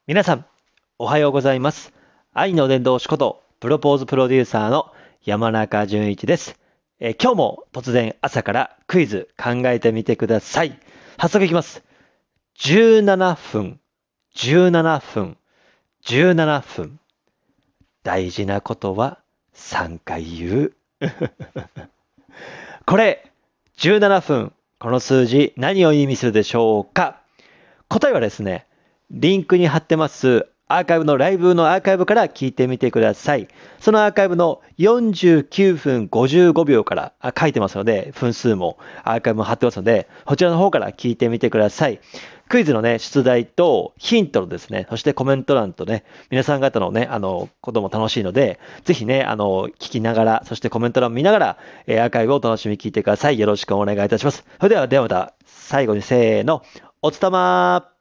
皆さん、おはようございます。愛の伝道師こと、プロポーズプロデューサーの山中淳一です。今日も突然朝からクイズ考えてみてください。早速いきます。17分、17分、17分。大事なことは3回言う。これ、17分。この数字、何を意味するでしょうか？答えはですね、リンクに貼ってますアーカイブのライブのアーカイブから聞いてみてください。そのアーカイブの49分55秒から書いてますので、分数もアーカイブも貼ってますので、こちらの方から聞いてみてください。クイズのね、出題とヒントのですね、そしてコメント欄とね、皆さん方のね、ことも楽しいので、ぜひね、聞きながら、そしてコメント欄見ながら、アーカイブをお楽しみ聞いてください。よろしくお願いいたします。それではまた、最後にせーの、おつたまー。